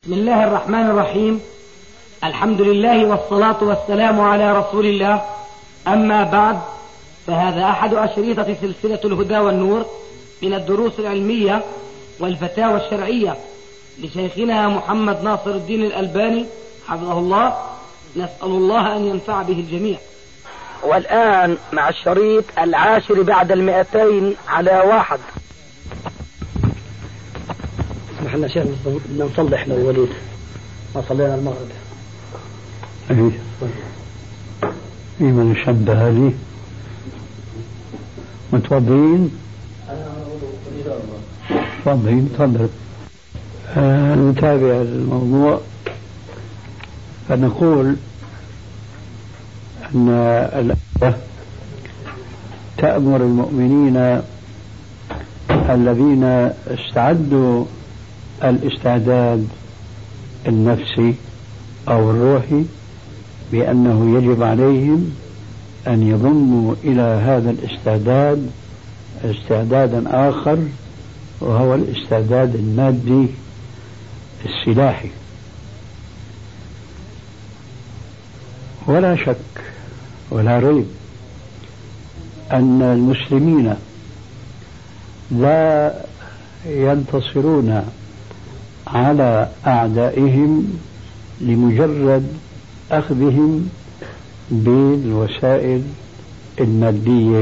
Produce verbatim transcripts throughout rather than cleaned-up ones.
بسم الله الرحمن الرحيم. الحمد لله والصلاة والسلام على رسول الله. أما بعد، فهذا أحد أشريطة سلسلة الهدى والنور من الدروس العلمية والفتاوى الشرعية لشيخنا محمد ناصر الدين الألباني حفظه الله. نسأل الله أن ينفع به الجميع. والآن مع الشريط العاشر بعد المئتين على واحد. اسمح لنا شيخ نصلي احنا الوليد ما صلينا المغرب. ايه في من شبه لي متوضئين متوضئين تفضل. آه نتابع الموضوع فنقول أن الآية تأمر المؤمنين الذين استعدوا الاستعداد النفسي أو الروحي بأنه يجب عليهم أن يضموا إلى هذا الاستعداد استعدادا آخر، وهو الاستعداد المادي السلاحي. ولا شك ولا ريب أن المسلمين لا ينتصرون على أعدائهم لمجرد أخذهم بالوسائل المادية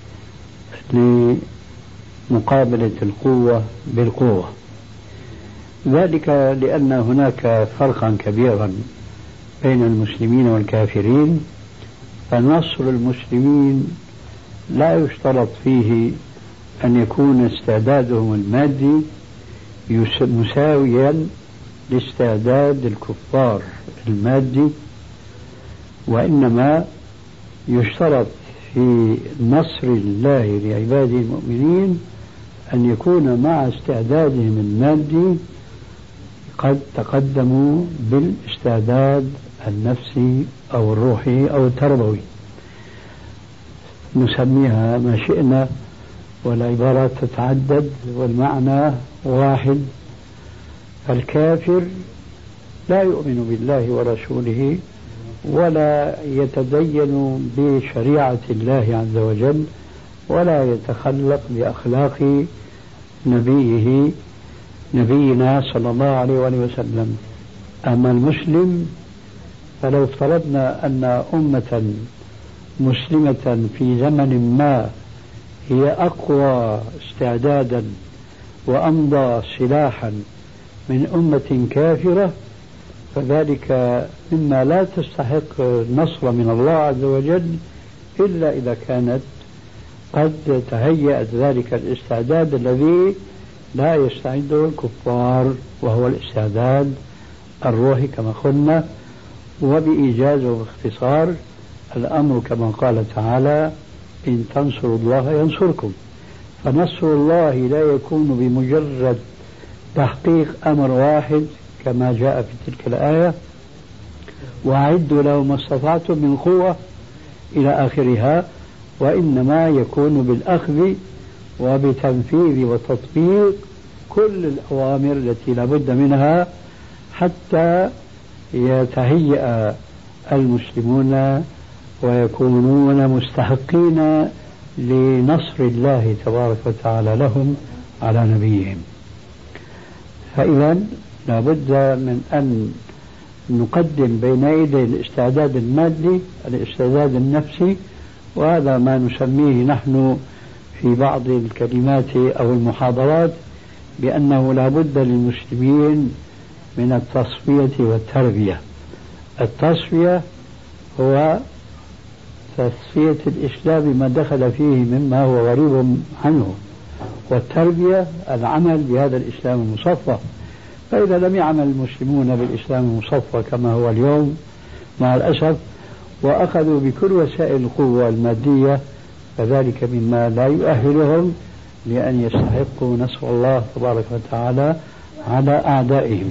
لمقابلة القوة بالقوة، ذلك لأن هناك فرقا كبيرا بين المسلمين والكافرين. فنصر المسلمين لا يشترط فيه أن يكون استعدادهم المادي مساويا لاستعداد الكفار المادي، وإنما يشترط في نصر الله لعباده المؤمنين أن يكون مع استعدادهم المادي قد تقدموا بالاستعداد النفسي أو الروحي أو التربوي، نسميها ما شئنا، والعبارات تتعدد والمعنى واحد. الكافر لا يؤمن بالله ورسوله ولا يتدين بشريعة الله عز وجل ولا يتخلق بأخلاق نبيه نبينا صلى الله عليه وسلم. أما المسلم فلو افترضنا أن أمة مسلمة في زمن ما هي أقوى استعدادا وأمضى سلاحا من أمة كافرة، فذلك مما لا تستحق النصر من الله عز وجل إلا إذا كانت قد تهيأت ذلك الاستعداد الذي لا يستعده الكفار، وهو الاستعداد الروحي كما قلنا. وبإيجاز وباختصار الأمر كما قال تعالى: إن تنصروا الله ينصركم. فنصر الله لا يكون بمجرد تحقيق أمر واحد كما جاء في تلك الآية: وأعدوا له ما استطعتم من قوة إلى آخرها، وإنما يكون بالأخذ وبتنفيذ وتطبيق كل الأوامر التي لا بد منها حتى يتهيأ المسلمون ويكونون مستحقين لنصر الله تبارك وتعالى لهم على نبيهم. فإذا لا بد من أن نقدم بين يدي الاستعداد المادي الاستعداد النفسي، وهذا ما نسميه نحن في بعض الكلمات أو المحاضرات بأنه لا بد للمسلمين من التصفية والتربية. التصفية هو تصفية الإسلام بما دخل فيه مما هو غريب عنه، والتربية العمل بهذا الإسلام المصفى. فإذا لم يعمل المسلمون بالإسلام المصفى كما هو اليوم مع الأسف، وأخذوا بكل وسائل القوة المادية، فذلك مما لا يؤهلهم لأن يستحقوا نصر الله تبارك وتعالى على أعدائهم.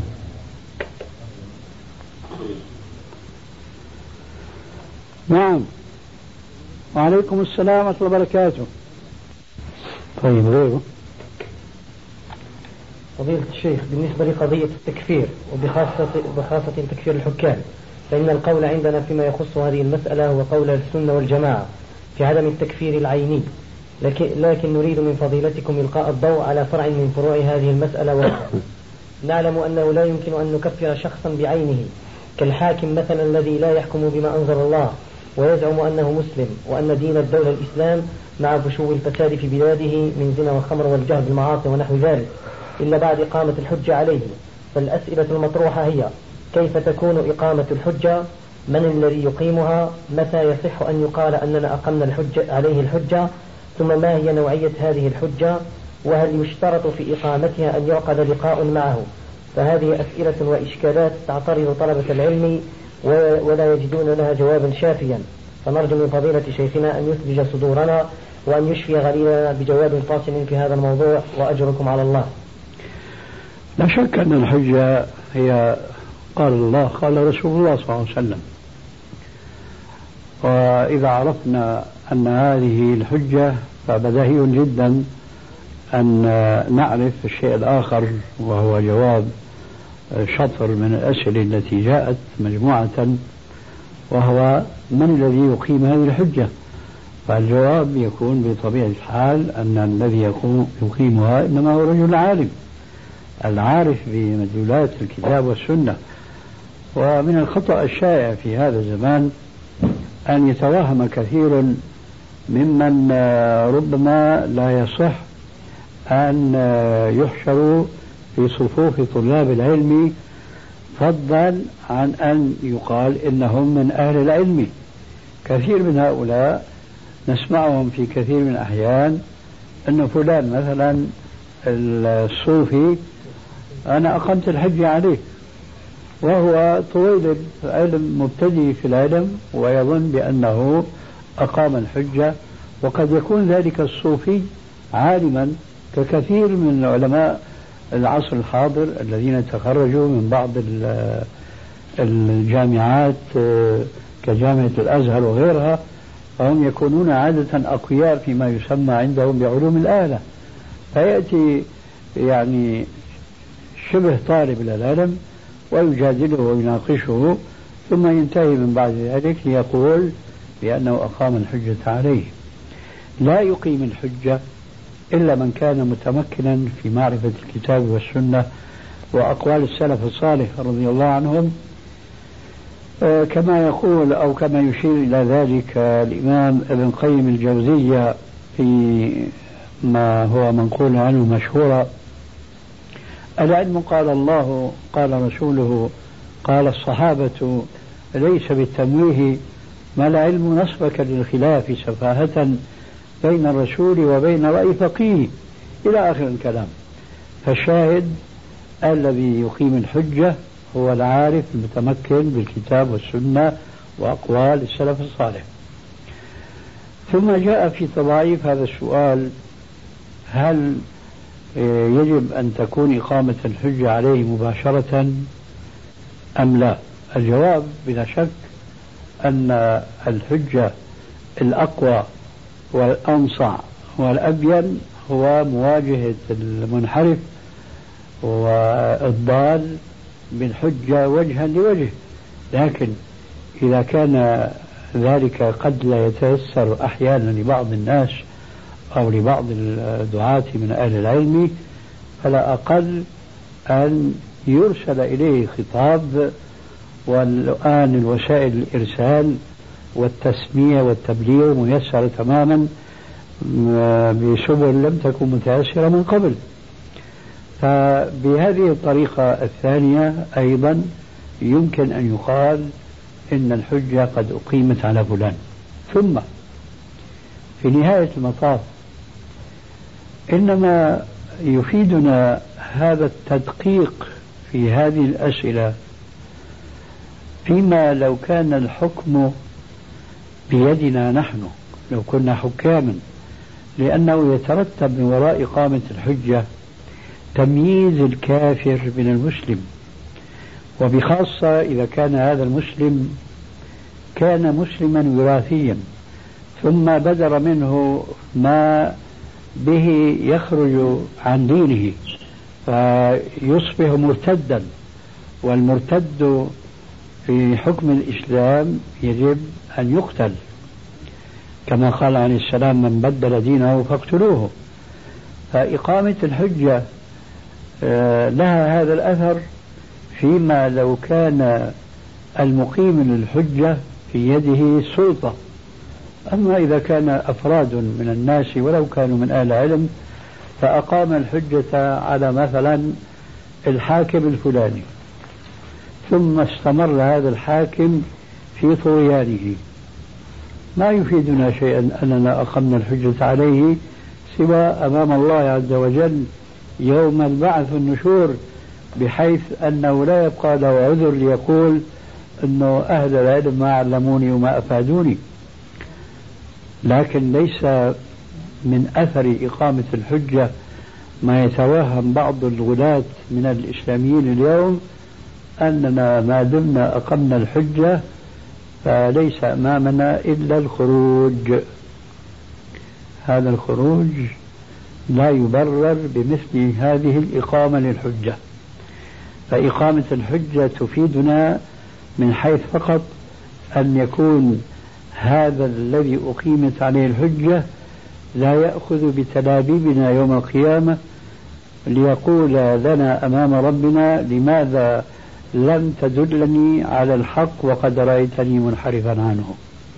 نعم، وعليكم السلام ورحمة الله وبركاته. طيب غيره فضيلة الشيخ، بالنسبة لقضية التكفير وبخاصة بخاصة تكفير الحكام، فإن القول عندنا فيما يخص هذه المسألة هو قول السنة والجماعة في عدم التكفير العيني، لكن, لكن نريد من فضيلتكم إلقاء الضوء على فرع من فروع هذه المسألة وهو نعلم أنه لا يمكن أن نكفر شخصا بعينه كالحاكم مثلا الذي لا يحكم بما أنزل الله ويزعم أنه مسلم وأن دين الدولة الإسلام مع فشو الفساد في بلاده من زنا والخمر والجهل بالمعاصي ونحو ذلك إلا بعد إقامة الحجة عليه. فالأسئلة المطروحة هي: كيف تكون إقامة الحجة؟ من الذي يقيمها؟ متى يصح أن يقال أننا أقمنا الحجة عليه الحجة؟ ثم ما هي نوعية هذه الحجة؟ وهل يشترط في إقامتها أن يعقد لقاء معه؟ فهذه أسئلة وإشكالات تعترض طلبة العلم ولا يجدون لها جوابا شافيا، فنرجو من فضيلة شيخنا أن يثلج صدورنا وأن يشفي غليلنا بجواب فاصل في هذا الموضوع، وأجركم على الله. لا شك أن الحجة هي قال الله قال رسول الله صلى الله عليه وسلم، وإذا عرفنا أن هذه الحجة فبديهي جدا أن نعرف الشيء الآخر، وهو جواب شطر من الأسئلة التي جاءت مجموعة، وهو من الذي يقيم هذه الحجة؟ فالجواب يكون بطبيعة الحال أن الذي يقيمها إنما هو رجل عالم العارف بمدلولات الكتاب والسنة. ومن الخطأ الشائع في هذا الزمان أن يتوهم كثير ممن ربما لا يصح أن يحشروا في صفوف طلاب العلم، فضلا عن أن يقال إنهم من أهل العلم. كثير من هؤلاء نسمعهم في كثير من الأحيان أن فلان مثلا الصوفي أنا أقمت الحج عليه، وهو طويل علم مبتدئ في العلم ويظن بأنه أقام الحجة، وقد يكون ذلك الصوفي عالما ككثير من علماء العصر الحاضر الذين تخرجوا من بعض الجامعات كجامعة الأزهر وغيرها، فهم يكونون عادة أقوياء فيما يسمى عندهم بعلوم الآلة، فيأتي يعني شبه طالب للعلم ويجادله ويناقشه ثم ينتهي من بعد ذلك ليقول بأنه أقام الحجة عليه. لا يقيم الحجة إلا من كان متمكنا في معرفة الكتاب والسنة وأقوال السلف الصالح رضي الله عنهم، كما يقول أو كما يشير إلى ذلك الإمام ابن قيم الجوزية في ما هو منقول عنه مشهورا: العلم قال الله قال رسوله قال الصحابة ليس بالتمويه، ما العلم نصبك للخلاف سفاهة بين الرسول وبين رأي فقيه، إلى آخر الكلام. فالشاهد الذي يقيم الحجة هو العارف المتمكن بالكتاب والسنة وأقوال السلف الصالح. ثم جاء في تضعيف هذا السؤال: هل يجب أن تكون إقامة الحجة عليه مباشرة أم لا؟ الجواب بلا شك أن الحجة الأقوى والأنصع والأبين هو مواجهة المنحرف والضال بالحجة وجها لوجه، لكن إذا كان ذلك قد لا يتيسر أحيانا لبعض الناس أو لبعض الدعاة من أهل العلم، فلا أقل أن يرسل إليه خطاب، والآن الوسائل الإرسال والتسمية والتبليغ ميسرة تماما بسبل لم تكن متيسرة من قبل. فبهذه الطريقة الثانية أيضا يمكن أن يقال إن الحجة قد أقيمت على فلان. ثم في نهاية المطاف إنما يفيدنا هذا التدقيق في هذه الأسئلة فيما لو كان الحكم بيدنا نحن، لو كنا حكاما، لأنه يترتب من وراء إقامة الحجة تمييز الكافر من المسلم، وبخاصة إذا كان هذا المسلم كان مسلما وراثيا ثم بدر منه ما به يخرج عن دينه، فيصبح مرتدا، والمرتد في حكم الإسلام يجب أن يقتل، كما قال عليه السلام: من بدل دينه فاقتلوه. فإقامة الحجة لها هذا الأثر فيما لو كان المقيم للحجة في يده سلطة. أما إذا كان أفراد من الناس ولو كانوا من أهل العلم فأقام الحجة على مثلا الحاكم الفلاني، ثم استمر هذا الحاكم في طغيانه، ما يفيدنا شيئا أننا أقمنا الحجة عليه سوى أمام الله عز وجل يوم البعث والنشور، بحيث أنه لا يبقى له عذر ليقول أنه أهل العلم ما علموني وما أفادوني. لكن ليس من أثر إقامة الحجة ما يتوهم بعض الغلاة من الإسلاميين اليوم أننا ما دمنا أقمنا الحجة فليس أمامنا إلا الخروج. هذا الخروج لا يبرر بمثل هذه الإقامة للحجة. فإقامة الحجة تفيدنا من حيث فقط أن يكون هذا الذي أقيمت عليه الحجة لا يأخذ بتلابيبنا يوم القيامة ليقول لنا أمام ربنا: لماذا لم تدلني على الحق وقد رأيتني منحرفا عنه.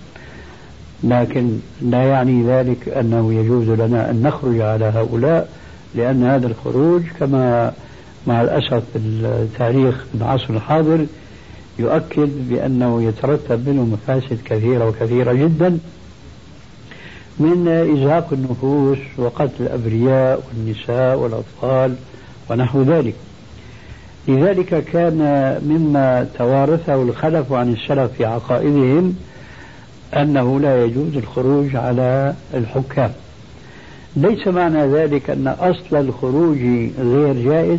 لكن لا يعني ذلك أنه يجوز لنا أن نخرج على هؤلاء، لأن هذا الخروج كما مع الأسف التاريخ العصر الحاضر يؤكد بأنه يترتب منه مفاسد كثيرة وكثيرة جدا، من إزهاق النفوس وقتل الأبرياء والنساء والأطفال ونحو ذلك. لذلك كان مما توارثه الخلف عن السلف في عقائدهم أنه لا يجوز الخروج على الحكام. ليس معنى ذلك أن أصل الخروج غير جائز،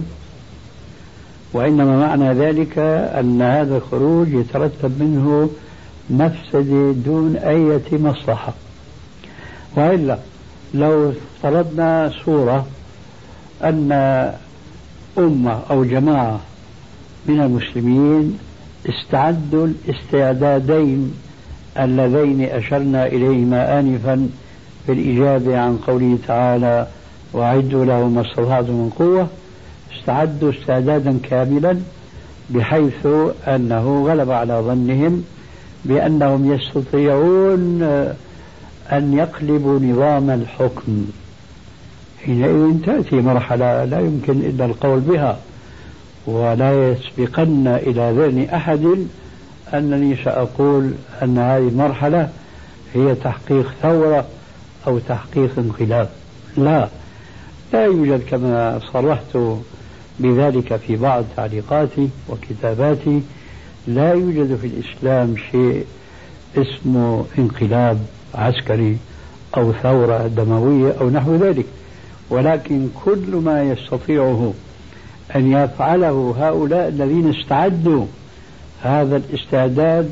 وإنما معنى ذلك أن هذا الخروج يترتب منه مفسدة دون أي مصلحة. وإلا لو افترضنا صورة أن أمة أو جماعة من المسلمين استعدوا الاستعدادين اللذين أشرنا إليهما آنفا في الإجابة عن قوله تعالى: وأعدوا لهم ما استطعتم من قوة، استعدوا استعدادا كاملا بحيث أنه غلب على ظنهم بأنهم يستطيعون أن يقلبوا نظام الحكم. حينئذ تأتي مرحلة لا يمكن إلا القول بها، ولا يسبقن إلى ذهن أحد أنني سأقول أن هذه المرحلة هي تحقيق ثورة أو تحقيق انقلاب. لا، لا يوجد كما صرحت بذلك في بعض تعليقاتي وكتاباتي، لا يوجد في الإسلام شيء اسمه انقلاب عسكري أو ثورة دموية أو نحو ذلك، ولكن كل ما يستطيعه أن يفعله هؤلاء الذين استعدوا هذا الاستعداد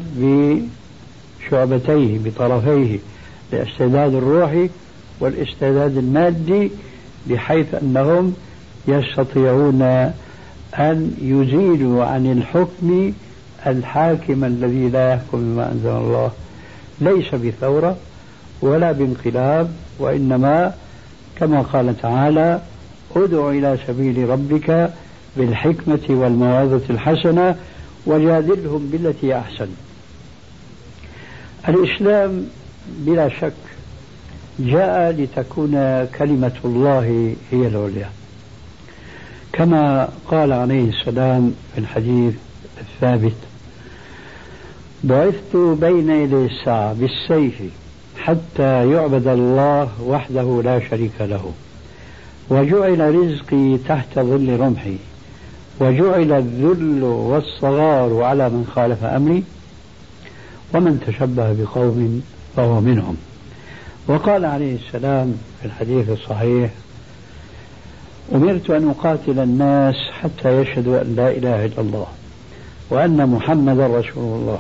بشعبتيه بطرفيه، الاستعداد الروحي والاستعداد المادي، بحيث أنهم يستطيعون أن يزيلوا عن الحكم الحاكم الذي لا يحكم بما أنزل الله، ليس بثورة ولا بانقلاب، وإنما كما قال تعالى: ادع إلى سبيل ربك بالحكمة والموعظة الحسنة وجادلهم بالتي أحسن. الإسلام بلا شك جاء لتكون كلمة الله هي العليا، كما قال عليه السلام في الحديث الثابت: بعثت بين يدي الساعة بالسيف حتى يعبد الله وحده لا شريك له، وجعل رزقي تحت ظل رمحي، وجعل الذل والصغار على من خالف أمري، ومن تشبه بقوم فهو منهم. وقال عليه السلام في الحديث الصحيح: أمرت أن أقاتل الناس حتى يشهدوا أن لا إله إلا الله وأن محمدا رسول الله،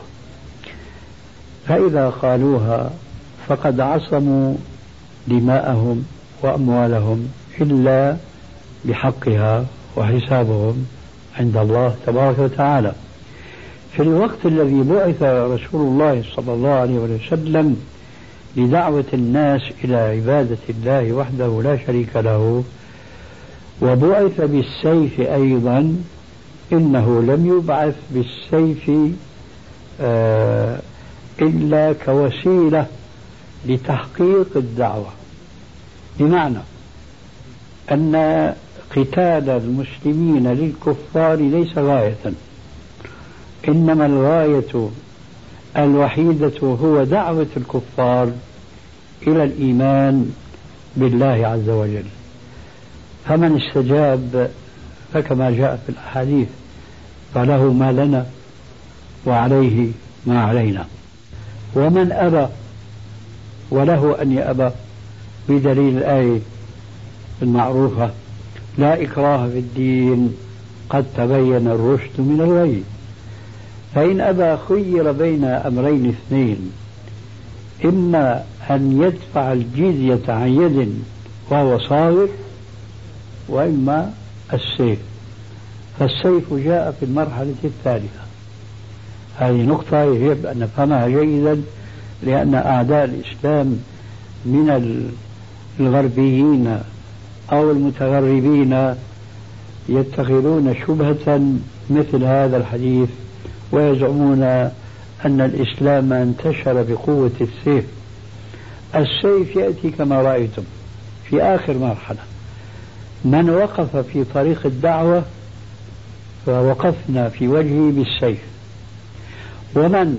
فإذا قالوها فقد عصموا دماءهم وأموالهم إلا بحقها وحسابهم عند الله تبارك وتعالى. في الوقت الذي بعث رسول الله صلى الله عليه وسلم لدعوة الناس إلى عبادة الله وحده لا شريك له، وبعث بالسيف أيضا، إنه لم يبعث بالسيف آه إلا كوسيلة لتحقيق الدعوة، بمعنى أن قتال المسلمين للكفار ليس غاية، إنما الغاية الوحيدة هو دعوة الكفار إلى الإيمان بالله عز وجل. فمن استجاب فكما جاء في الأحاديث فله ما لنا وعليه ما علينا، ومن أبى وله أن يأبى بدليل الآية المعروفة: لا إكراه في الدين قد تبين الرشد من الغي. فإن أبى خير بين أمرين اثنين: إما أن يدفع الجزية عن يد وهو صاغر، وإما السيف. فالسيف جاء في المرحلة الثالثة. هذه نقطة يجب أن نفهمها جيدا، لأن أعداء الإسلام من الغربيين أو المتغربين يتخذون شبهة مثل هذا الحديث، ويزعمون أن الإسلام انتشر بقوة السيف. السيف يأتي كما رأيتم في آخر مرحلة. من وقف في طريق الدعوة فوقفنا في وجهه بالسيف، ومن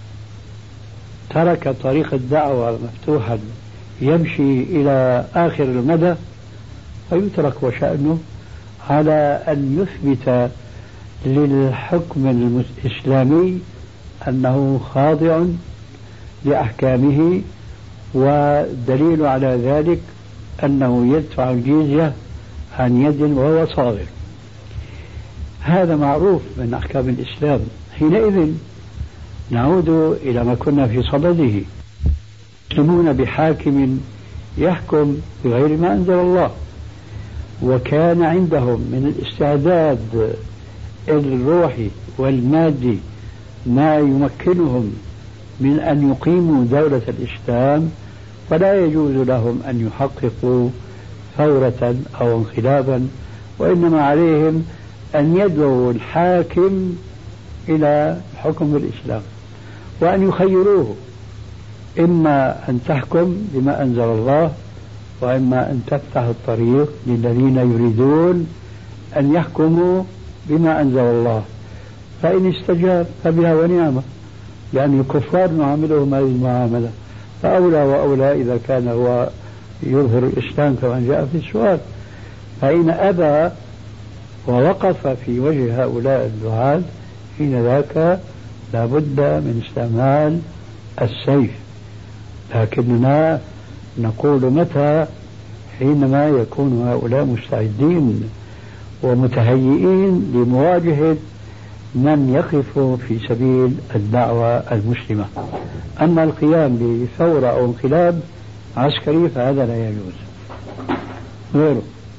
ترك طريق الدعوة مفتوحا يمشي إلى آخر المدى فيترك وشأنه على أن يثبت للحكم الإسلامي أنه خاضع لأحكامه، ودليل على ذلك أنه يدفع الجزية عن يد وهو صاغر. هذا معروف من أحكام الإسلام. حينئذ نعود إلى ما كنا في صدده: يسلمون بحاكم يحكم بغير ما أنزل الله، وكان عندهم من الاستعداد الروحي والمادي ما يمكنهم من أن يقيموا دولة الإسلام، فلا يجوز لهم أن يحققوا ثورة أو انقلابا، وإنما عليهم أن يدعوا الحاكم إلى حكم الإسلام، وأن يخيروه: إما أن تحكم بما أنزل الله، وإما أن تفتح الطريق للذين يريدون أن يحكموا بما أنزل الله. فإن استجاب فبها ونعمة، لأن الكفار نعاملهم هذه المعاملة، فأولى وأولى إذا كان هو يظهر الإسلام كما جاء في السؤال. فإن أبى ووقف في وجه هؤلاء الدعاة حين ذاك لابد من استعمال السيف. لكننا نقول متى؟ حينما يكون هؤلاء مستعدين ومتهيئين لمواجهة من يقف في سبيل الدعوة المسلمة. أما القيام بثورة أو انقلاب عسكري فهذا لا يجوز. غيره.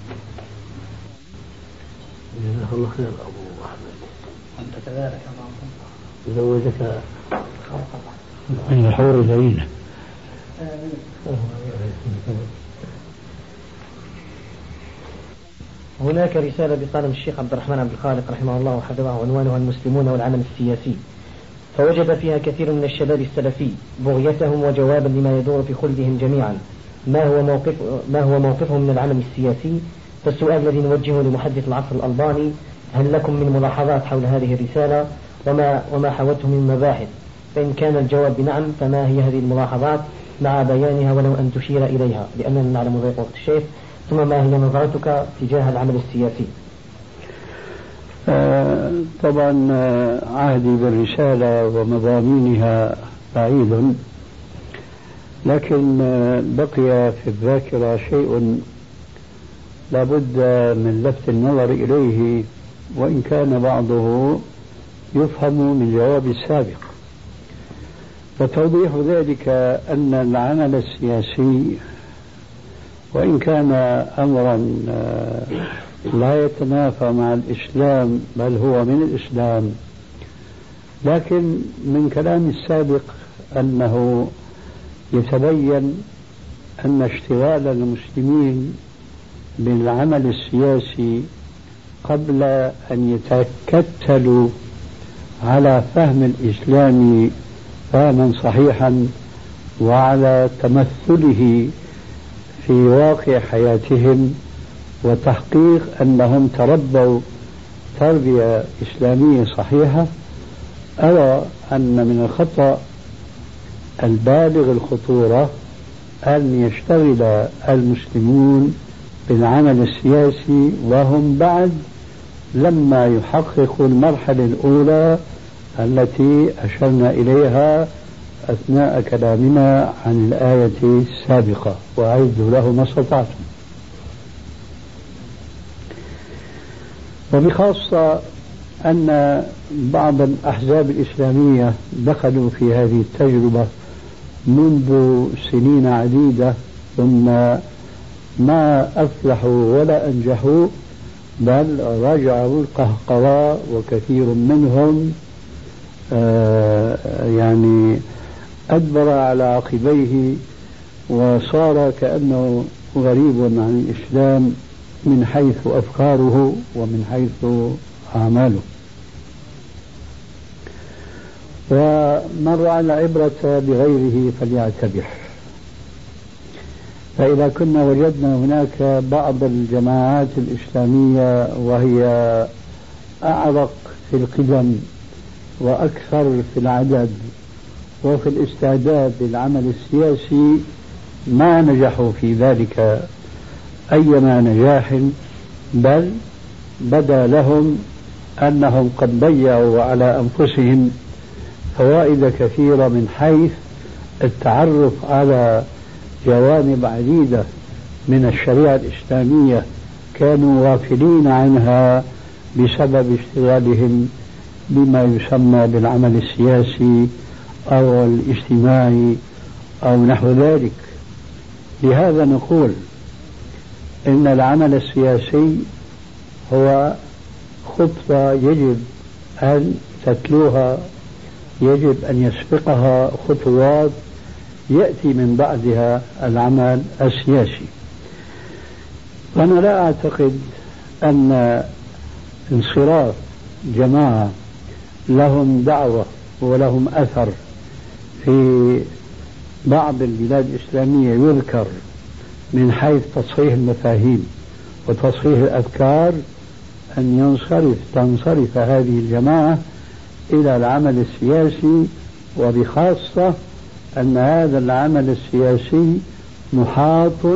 جزاك الله خير أبو أحمد. أنت كذلك زوجك من الحور العين. هناك رسالة بقلم الشيخ عبد الرحمن عبد الخالق رحمه الله وحفظه، عنوانها المسلمون والعمل السياسي، فوجد فيها كثير من الشباب السلفي بغيتهم وجوابا لما يدور في خلدهم جميعا: ما هو موقف ما هو موقفهم من العمل السياسي؟ فالسؤال الذي نوجهه لمحدث العصر الألباني: هل لكم من ملاحظات حول هذه الرسالة وما وما حوته من مباحث؟ فإن كان الجواب بنعم فما هي هذه الملاحظات مع بيانها ولو أن تشير إليها، لأننا نعلم ضيق وقت الشيخ. ثم ما هي نظرتك تجاه العمل السياسي؟ آه طبعا آه عهدي بالرسالة ومضامينها بعيد، لكن آه بقي في الذاكرة شيء لابد من لفت النظر إليه، وإن كان بعضه يفهم من جواب السابق. وتوضيح ذلك أن العمل السياسي وإن كان أمرا لا يتنافى مع الإسلام بل هو من الإسلام. لكن من كلام السابق أنه يتبين أن اشتغال المسلمين بالعمل السياسي قبل أن يتكتلوا على فهم الإسلام فهما صحيحا وعلى تمثله في واقع حياتهم وتحقيق أنهم تربوا تربية إسلامية صحيحة، أرى أن من الخطأ البالغ الخطورة أن يشتغل المسلمون بالعمل السياسي وهم بعد لما يحققوا المرحلة الأولى التي أشرنا إليها أثناء كلامنا عن الآية السابقة، وأعدوا له ما استطعتم. وبخاصة أن بعض الأحزاب الإسلامية دخلوا في هذه التجربة منذ سنين عديدة ثم ما أفلحوا ولا أنجحوا، بل رجعوا القهقرى وكثير منهم آه يعني أدبر على عقبيه وصار كأنه غريب عن الإسلام من حيث أفكاره ومن حيث أعماله. ومن رأى العبرة بغيره فليعتبر. فإذا كنا وجدنا هناك بعض الجماعات الإسلامية وهي أعرق في القدم وأكثر في العدد وفي الاستعداد للعمل السياسي ما نجحوا في ذلك أيما نجاح، بل بدا لهم أنهم قد ضيعوا على أنفسهم فوائد كثيرة من حيث التعرف على جوانب عديدة من الشريعة الإسلامية كانوا غافلين عنها بسبب اشتغالهم بما يسمى بالعمل السياسي أو الاجتماعي أو نحو ذلك. لهذا نقول إن العمل السياسي هو خطوة يجب أن تتلوها، يجب أن يسبقها خطوات يأتي من بعدها العمل السياسي. وأنا لا أعتقد أن انصراف جماعة لهم دعوة ولهم أثر في بعض البلاد الإسلامية يذكر من حيث تصحيح المفاهيم وتصحيح الأفكار أن ينصرف تنصرف هذه الجماعة إلى العمل السياسي، وبخاصة أن هذا العمل السياسي محاط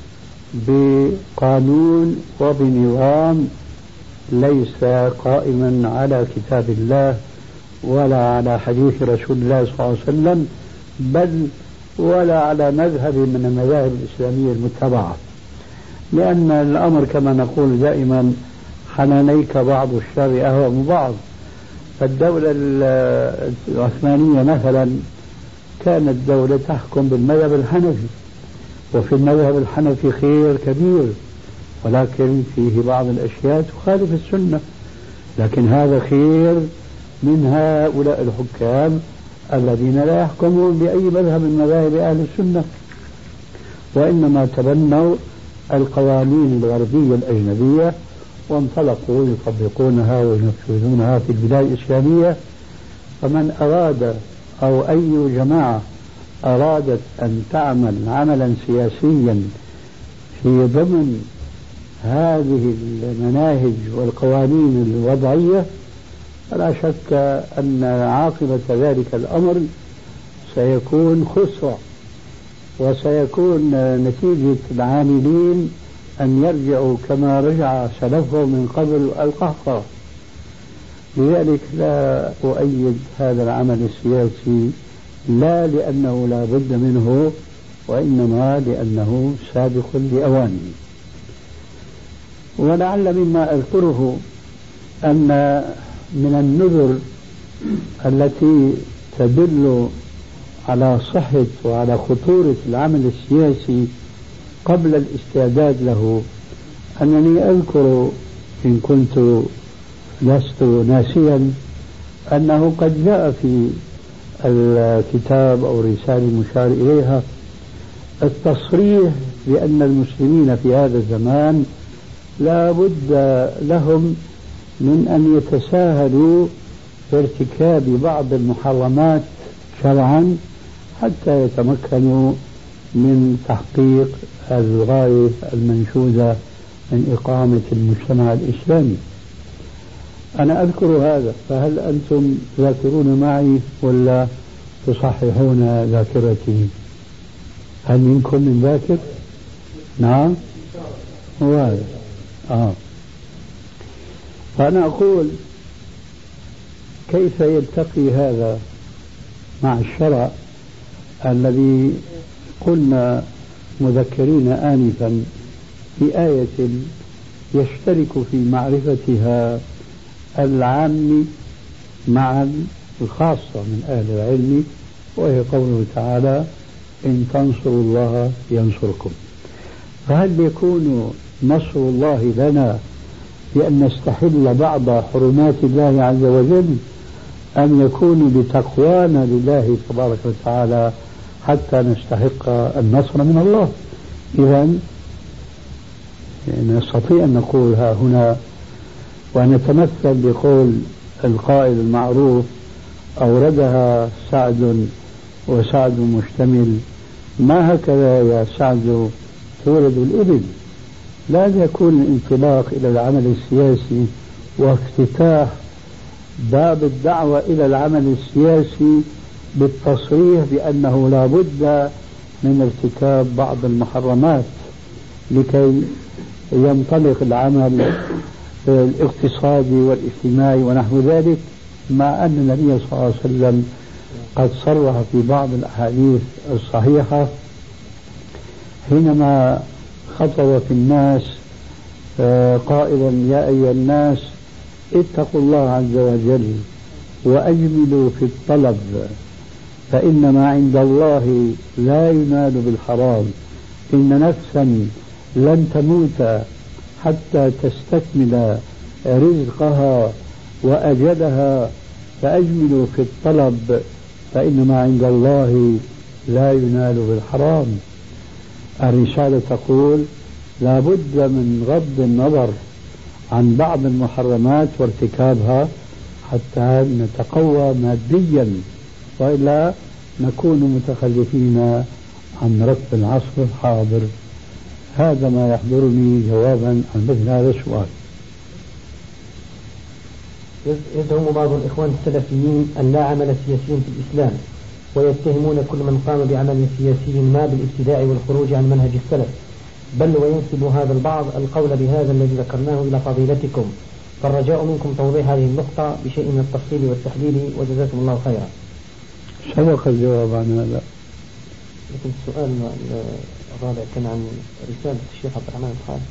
بقانون وبنظام ليس قائما على كتاب الله ولا على حديث رسول الله صلى الله عليه وسلم، بل ولا على مذهب من المذاهب الإسلامية المتبعة. لأن الأمر كما نقول دائما حنانيك بعض الشر أهوى من بعض. فالدولة العثمانية مثلا كانت دولة تحكم بالمذهب الحنفي، وفي المذهب الحنفي خير كبير، ولكن فيه بعض الأشياء تخالف السنة، لكن هذا خير من هؤلاء الحكام الذين لا يحكمون بأي مذهب من مذاهب أهل السنة، وإنما تبنوا القوانين الغربية الأجنبية وانطلقوا يطبقونها وينفذونها في البلاد الإسلامية. فمن أراد أو أي جماعة أرادت أن تعمل عملا سياسيا في ضمن هذه المناهج والقوانين الوضعية فلا شك أن عاقبة ذلك الأمر سيكون خسرة، وسيكون نتيجة العاملين أن يرجعوا كما رجع سلفهم من قبل القهقرة. لذلك لا أؤيد هذا العمل السياسي، لا لأنه لا بد منه، وإنما لأنه سابق لأوانه. ولعل مما أذكره أن من النذر التي تدل على صحة وعلى خطورة العمل السياسي قبل الاستعداد له أنني أذكر إن كنت لست ناسيا أنه قد جاء في الكتاب أو الرسالة المشار إليها التصريح بأن المسلمين في هذا الزمان لا بد لهم من أن يتساهلوا في ارتكاب بعض المحرمات شرعا حتى يتمكنوا من تحقيق الغاية المنشودة من إقامة المجتمع الإسلامي. أنا أذكر هذا، فهل أنتم ذاكرون معي ولا تصححون ذاكرتي؟ هل منكم من ذاكر؟ نعم هو هذا. آه. فأنا أقول كيف يلتقي هذا مع الشرع الذي قلنا مذكرين آنفا في آية يشترك في معرفتها العام مع الخاصة من أهل العلم، وهي قوله تعالى إن تنصروا الله ينصركم. فهل يكون نصر الله لنا بأن نستحل بعض حرمات الله عز وجل، أم يكون بتقوانا لله تبارك وتعالى حتى نستحق النصر من الله؟ إذن نستطيع أن نقول ها هنا ونتمثل بقول القائل المعروف أوردها سعد وسعد مشتمل، ما هكذا يا سعد تولد الإبل. لا يكون الانطلاق إلى العمل السياسي وافتتاح باب الدعوة إلى العمل السياسي بالتصريح بأنه لا بد من ارتكاب بعض المحرمات لكي ينطلق العمل الاقتصادي والاجتماعي ونحو ذلك، مع أن النبي صلى الله عليه وسلم قد صرح في بعض الأحاديث الصحيحة حينما خطب في الناس قائلا يا أيها الناس اتقوا الله عز وجل وأجملوا في الطلب فإن ما عند الله لا ينال بالحرام، إن نفسا لن تموت حتى تستكمل رزقها وأجلها، فأجملوا في الطلب فإن ما عند الله لا ينال بالحرام. الرسالة تقول لا بد من غض النظر عن بعض المحرمات وارتكابها حتى نتقوى ماديا، وإلا نكون متخلفين عن ركب العصر الحاضر. هذا ما يحضرني جوابا عن مثل هذا السؤال. يزعم بعض الإخوان السلفيين أن لا عمل سياسي في الإسلام، ويتهمون كل من قام بعمل سياسي ما بالابتداع والخروج عن منهج السلف، بل وينسب هذا البعض القول بهذا الذي ذكرناه إلى فضيلتكم، فالرجاء منكم توضيح هذه النقطة بشيء من التفصيل والتحليل، وجزاكم الله خيرا. سبق الجواب عن هذا، لكن السؤال الرابع كان عن رسالة الشيخ عبد الرحمن الخالد.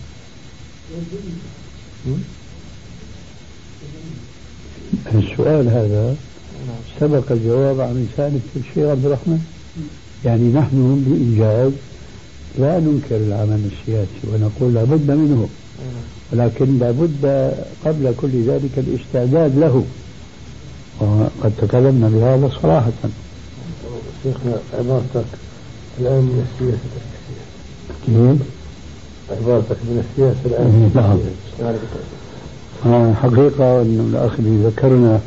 السؤال هذا سبق الجواب عن رسالة الشيخ عبد الرحمن. يعني نحن بإيجاز لا ننكر العمل السياسي ونقول لابد منه، ولكن لابد قبل كل ذلك الاستعداد له، وقد تكلمنا بهذا صراحة. شيخنا عبارتك الآن من السياسة كيف؟ عبارتك من السياسة الآن. نعم. آه حقيقة أن الأخ ذكرنا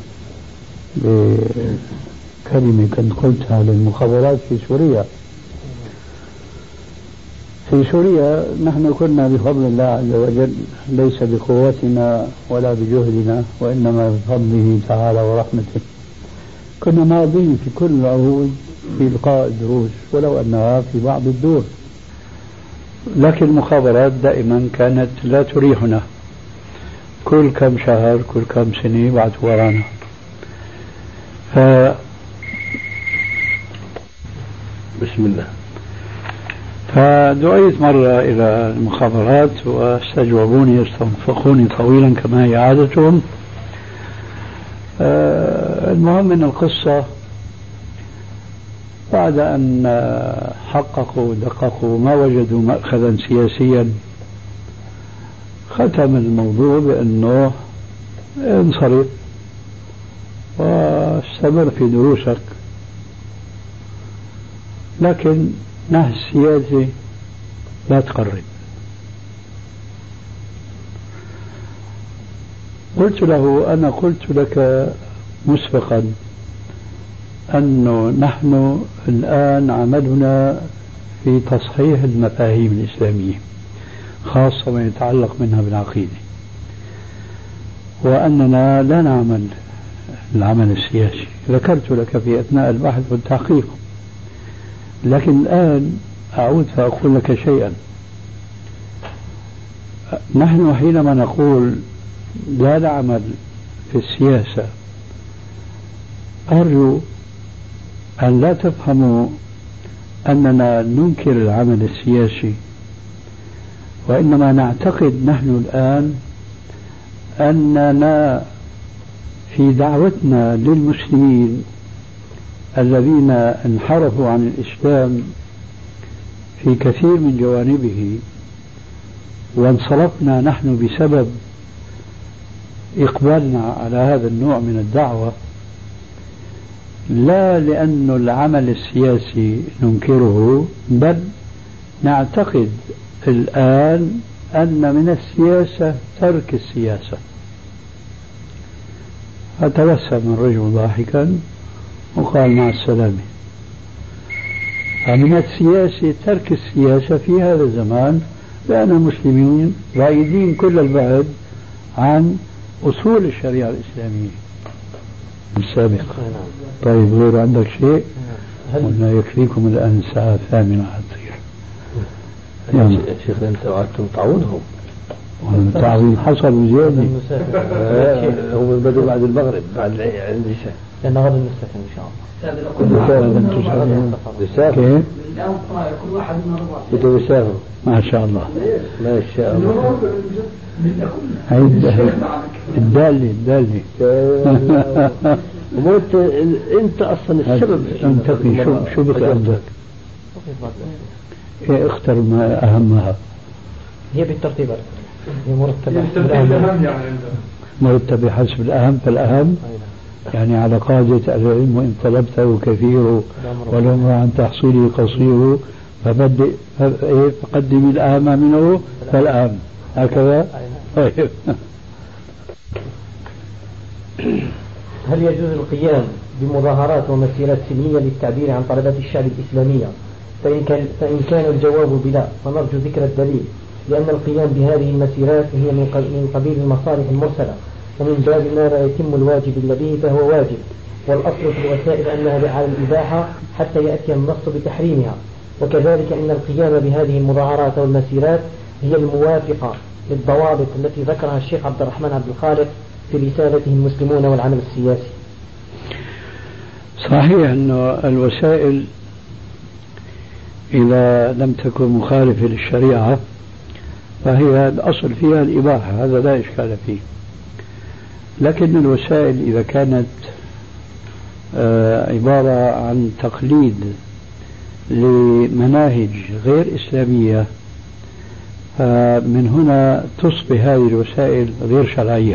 بكلمة كنت قلتها للمخابرات في سوريا. في سوريا نحن كنا بفضل الله عز وجل ليس بقوتنا ولا بجهدنا، وإنما بفضله تعالى ورحمته كنا ماضين في كل العهود في إلقاء الدروس ولو أنها في بعض الدور، لكن المخابرات دائما كانت لا تريحنا، كل كم شهر كل كم سنة بعد ورانا. ف بسم الله. فدعيت مرة إلى المخابرات واستجوبوني واستنفقوني طويلا كما هي عادتهم. المهم أن القصة بعد أن حققوا دققوا ما وجدوا مأخذا سياسيا ختم الموضوع بأنه انصرف واستمر في دروسك، لكن نهج السياسة لا تقرب. قلت له أنا قلت لك مسبقا أنه نحن الآن عملنا في تصحيح المفاهيم الإسلامية خاصة ما يتعلق منها بالعقيدة، وأننا لا نعمل العمل السياسي. ذكرت لك في أثناء البحث والتحقيق، لكن الآن أعود فأقول لك شيئا. نحن حينما نقول لا نعمل في السياسة، أرجو أن لا تفهموا أننا ننكر العمل السياسي، وإنما نعتقد نحن الآن أننا في دعوتنا للمسلمين الذين انحرفوا عن الإسلام في كثير من جوانبه، وانصرفنا نحن بسبب إقبالنا على هذا النوع من الدعوة، لا لأن العمل السياسي ننكره، بل نعتقد الآن أن من السياسة ترك السياسة. فتبسم الرجل ضاحكا وقال مع السلامة. فمن السياسة ترك السياسة في هذا الزمان، لأن المسلمين بعيدين كل البعد عن أصول الشريعة الإسلامية السابقة. طيب غير عندك شيء؟ قلنا يكفيكم الآن الساعة الثامنة حتصير. يا شيخ أنت وعدتم تعودهم. التعويض حصل زيادة. هم بدوا بعد المغرب بعد العشاء. لأن غدا نستكمل إن شاء الله. كل واحد من الربع بدوا يسافروا. ما شاء الله. ما شاء الله. هيدا الدالة الدالة. وانت انت اصلا السبب. انتقي شو شو بك قصدك؟ هي اختر ما اهمها. هي بالترتيب هي مرتبة بالأهم، مرتبة حسب الأهم فالأهم، يعني على قاعدة العلم وإن طلبته كثير والعمر عن تحصيله قصير فبدئ فقدم الأهم منه فالأهم، هكذا. طيب. هل يجوز القيام بمظاهرات ومسيرات سلمية للتعبير عن طلبات الشعب الإسلامية؟ فإن كان, فإن كان الجواب بلا، فنرجو ذكر الدليل، لأن القيام بهذه المسيرات هي من قبيل المصالح المرسلة، ومن باب ما لا يتم الواجب إلا به فهو واجب، والأصل في الوسائل أنها على الإباحة حتى يأتي النص بتحريمها. وكذلك أن القيام بهذه المظاهرات والمسيرات هي الموافقة للضوابط التي ذكرها الشيخ عبد الرحمن عبد الخالق في رسالته المسلمون والعمل السياسي. صحيح أن الوسائل إذا لم تكن مخالفة للشريعة فهي الأصل فيها الإباحة، هذا لا إشكال فيه. لكن الوسائل إذا كانت عبارة عن تقليد لمناهج غير إسلامية، فمن هنا تصبح هذه الوسائل غير شرعية.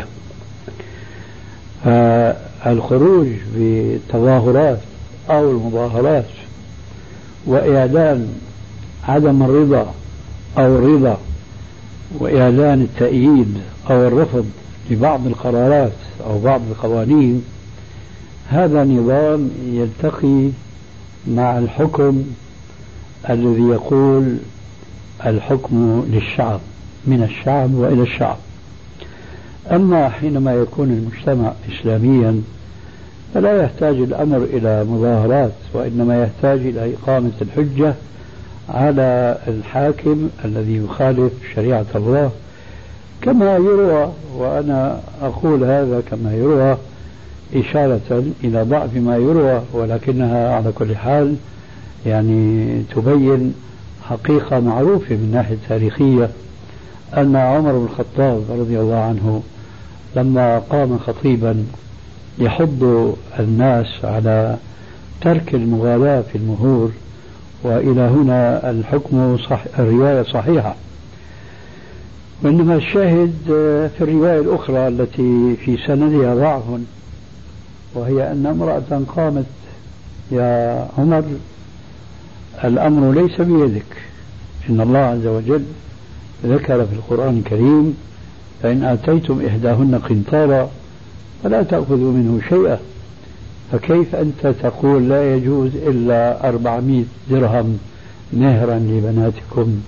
فالخروج بتظاهرات أو المظاهرات وإعلان عدم الرضا أو الرضا وإعلان التأييد أو الرفض لبعض القرارات أو بعض القوانين، هذا نظام يلتقي مع الحكم الذي يقول الحكم للشعب، من الشعب وإلى الشعب. أما حينما يكون المجتمع إسلاميا فلا يحتاج الأمر إلى مظاهرات، وإنما يحتاج إلى إقامة الحجة على الحاكم الذي يخالف شريعة الله، كما يروى، وأنا أقول هذا كما يروى إشارة إلى ضعف ما يروى، ولكنها على كل حال يعني تبين حقيقة معروفة من ناحية تاريخية، أن عمر بن الخطاب رضي الله عنه لما قام خطيبا يحض الناس على ترك المغالاة في المهور، وإلى هنا الحكم صح، الرواية صحيحة، وإنما الشاهد في الرواية الأخرى التي في سندها ضعف، وهي أن امرأة قامت: يا عمر، الأمر ليس بيدك، إن الله عز وجل ذكر في القرآن الكريم: فإن آتيتم إحداهن قنطارا فلا تأخذوا منه شيئا، فكيف أنت تقول لا يجوز إلا أربعمائة درهم مهرا لبناتكم؟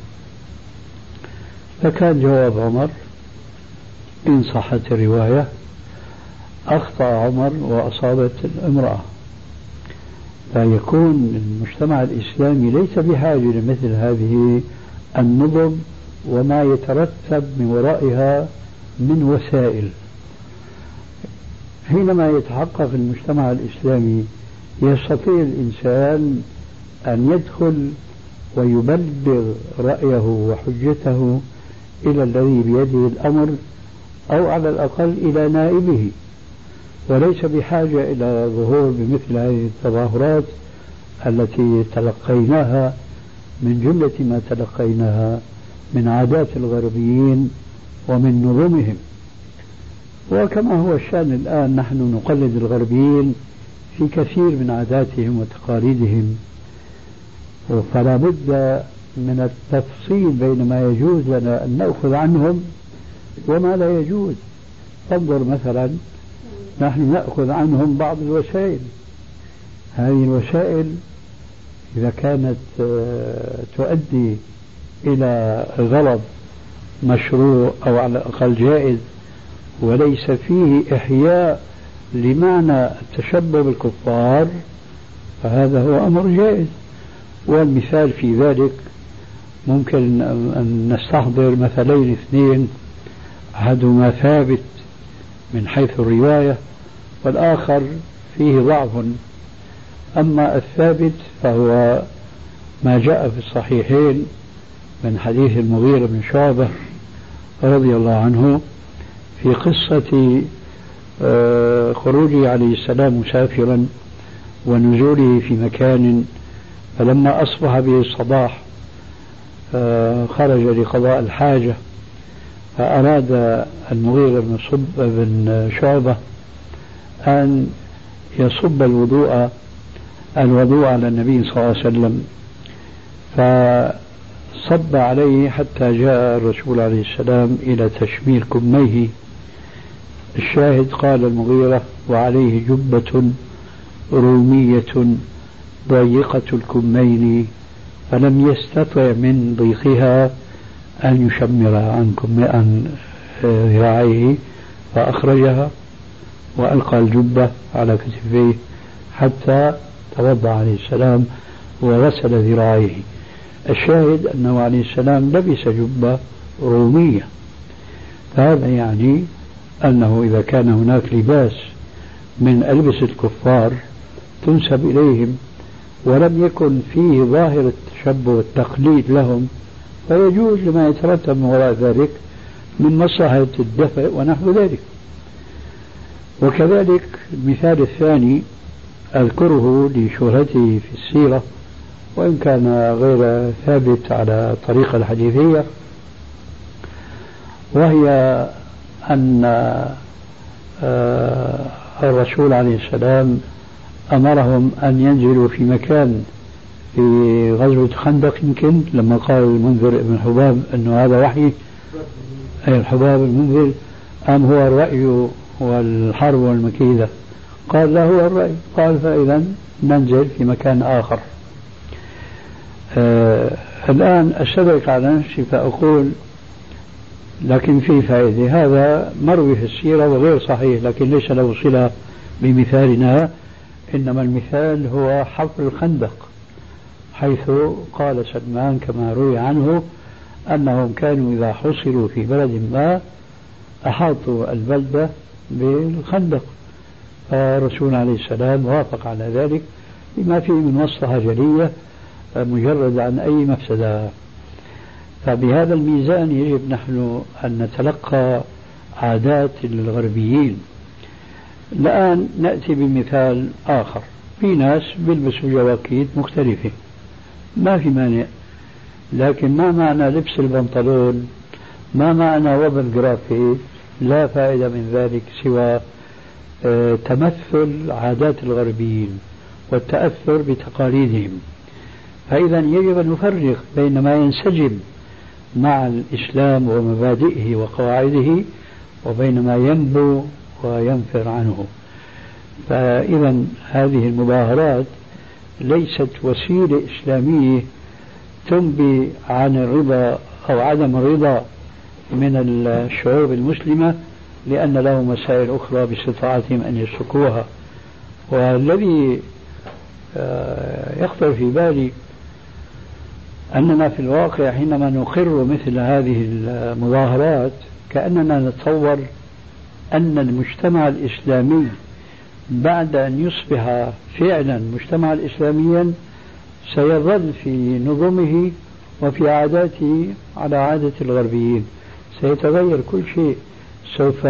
فكان جواب عمر إن صحت الرواية: أخطأ عمر وأصابت الامرأة. فيكون المجتمع الإسلامي ليس بحاجة لمثل هذه النظم وما يترتب من ورائها من وسائل. حينما يتحقق المجتمع الإسلامي يستطيع الإنسان أن يدخل ويبلغ رأيه وحجته إلى الذي بيده الأمر، أو على الأقل إلى نائبه، وليس بحاجة إلى ظهور بمثل هذه التظاهرات التي تلقيناها من جملة ما تلقيناها من عادات الغربيين ومن نظمهم. وكما هو الشأن الآن، نحن نقلد الغربيين في كثير من عاداتهم وتقاليدهم، فلا بد من التفصيل بين ما يجوز لنا أن نأخذ عنهم وما لا يجوز. انظر مثلا، نحن نأخذ عنهم بعض الوسائل، هذه الوسائل إذا كانت تؤدي إلى غلط مشروع أو على الأقل جائز وليس فيه إحياء لمعنى التشبه بالكفار، فهذا هو أمر جائز. والمثال في ذلك ممكن أن نستحضر مثلين اثنين، أحدهما ثابت من حيث الرواية والآخر فيه ضعف. أما الثابت فهو ما جاء في الصحيحين من حديث المغيرة بن شعبة رضي الله عنه في قصة خروجه عليه السلام مسافرا ونزوله في مكان، فلما أصبح به الصباح خرج لقضاء الحاجة، فأراد المغيرة بن صب بن شعبة أن يصب الوضوء الوضوء على النبي صلى الله عليه وسلم، فصب عليه حتى جاء الرسول عليه السلام إلى تشمير كميه. الشاهد قال المغيرة: وعليه جبة رومية ضيقة الكمين، فلم يستطع من ضيقها أن يشمر عن ذراعيه، فأخرجها وألقى الجبة على كتفيه حتى توضأ عليه السلام وغسل ذراعيه. الشاهد أنه عليه السلام لبس جبة رومية، فهذا يعني أنه إذا كان هناك لباس من ألبسة الكفار تنسب إليهم ولم يكن فيه ظاهر التشبه والتقليد لهم، فيجوز لما يترتب من وراء ذلك من مصلحة الدفء ونحو ذلك. وكذلك المثال الثاني أذكره لشهرته في السيرة وإن كان غير ثابت على طريقة الحديثية، وهي أن الرسول عليه السلام أمرهم أن ينزلوا في مكان في غزوة خندق، يمكن لما قال المنذر ابن حباب أنه هذا وحي، أي الحباب المنذر، أم هو الرأي والحرب والمكيدة؟ قال لا، هو الرأي. قال فإذا ننزل في مكان آخر. آه الآن أستدرك على نفسي فأقول لكن في فائدة، هذا مروي في السيرة وغير صحيح لكن ليس له صلة بمثالنا، إنما المثال هو حفر الخندق، حيث قال سلمان كما روي عنه أنهم كانوا إذا حصروا في بلد ما أحاطوا البلدة بالخندق، فالرسول عليه السلام وافق على ذلك بما فيه من مصلحة جلية مجرد عن أي مفسدة. فبهذا الميزان يجب نحن أن نتلقى عادات الغربيين. الآن نأتي بمثال آخر، في ناس بيلبسوا جواكيت مختلفة ما في مانع، لكن ما معنى لبس البنطلون ما معنى وضع الجرافيك؟ لا فائدة من ذلك سوى تمثل عادات الغربيين والتأثر بتقاليدهم. فإذا يجب أن نفرق بين ما ينسجم مع الإسلام ومبادئه وقواعده وبين ما ينبو وينفر عنه. فإذا هذه المظاهرات ليست وسيلة إسلامية تنبي عن الرضا أو عدم الرضا من الشعوب المسلمة، لأن لهم مسائل أخرى باستطاعتهم أن يسلكوها. والذي يخطر في بالي أننا في الواقع حينما نقر مثل هذه المظاهرات كأننا نتصور أن المجتمع الإسلامي بعد أن يصبح فعلا مجتمعا إسلاميا سيظل في نظمه وفي عاداته على عادة الغربيين، سيتغير كل شيء، سوف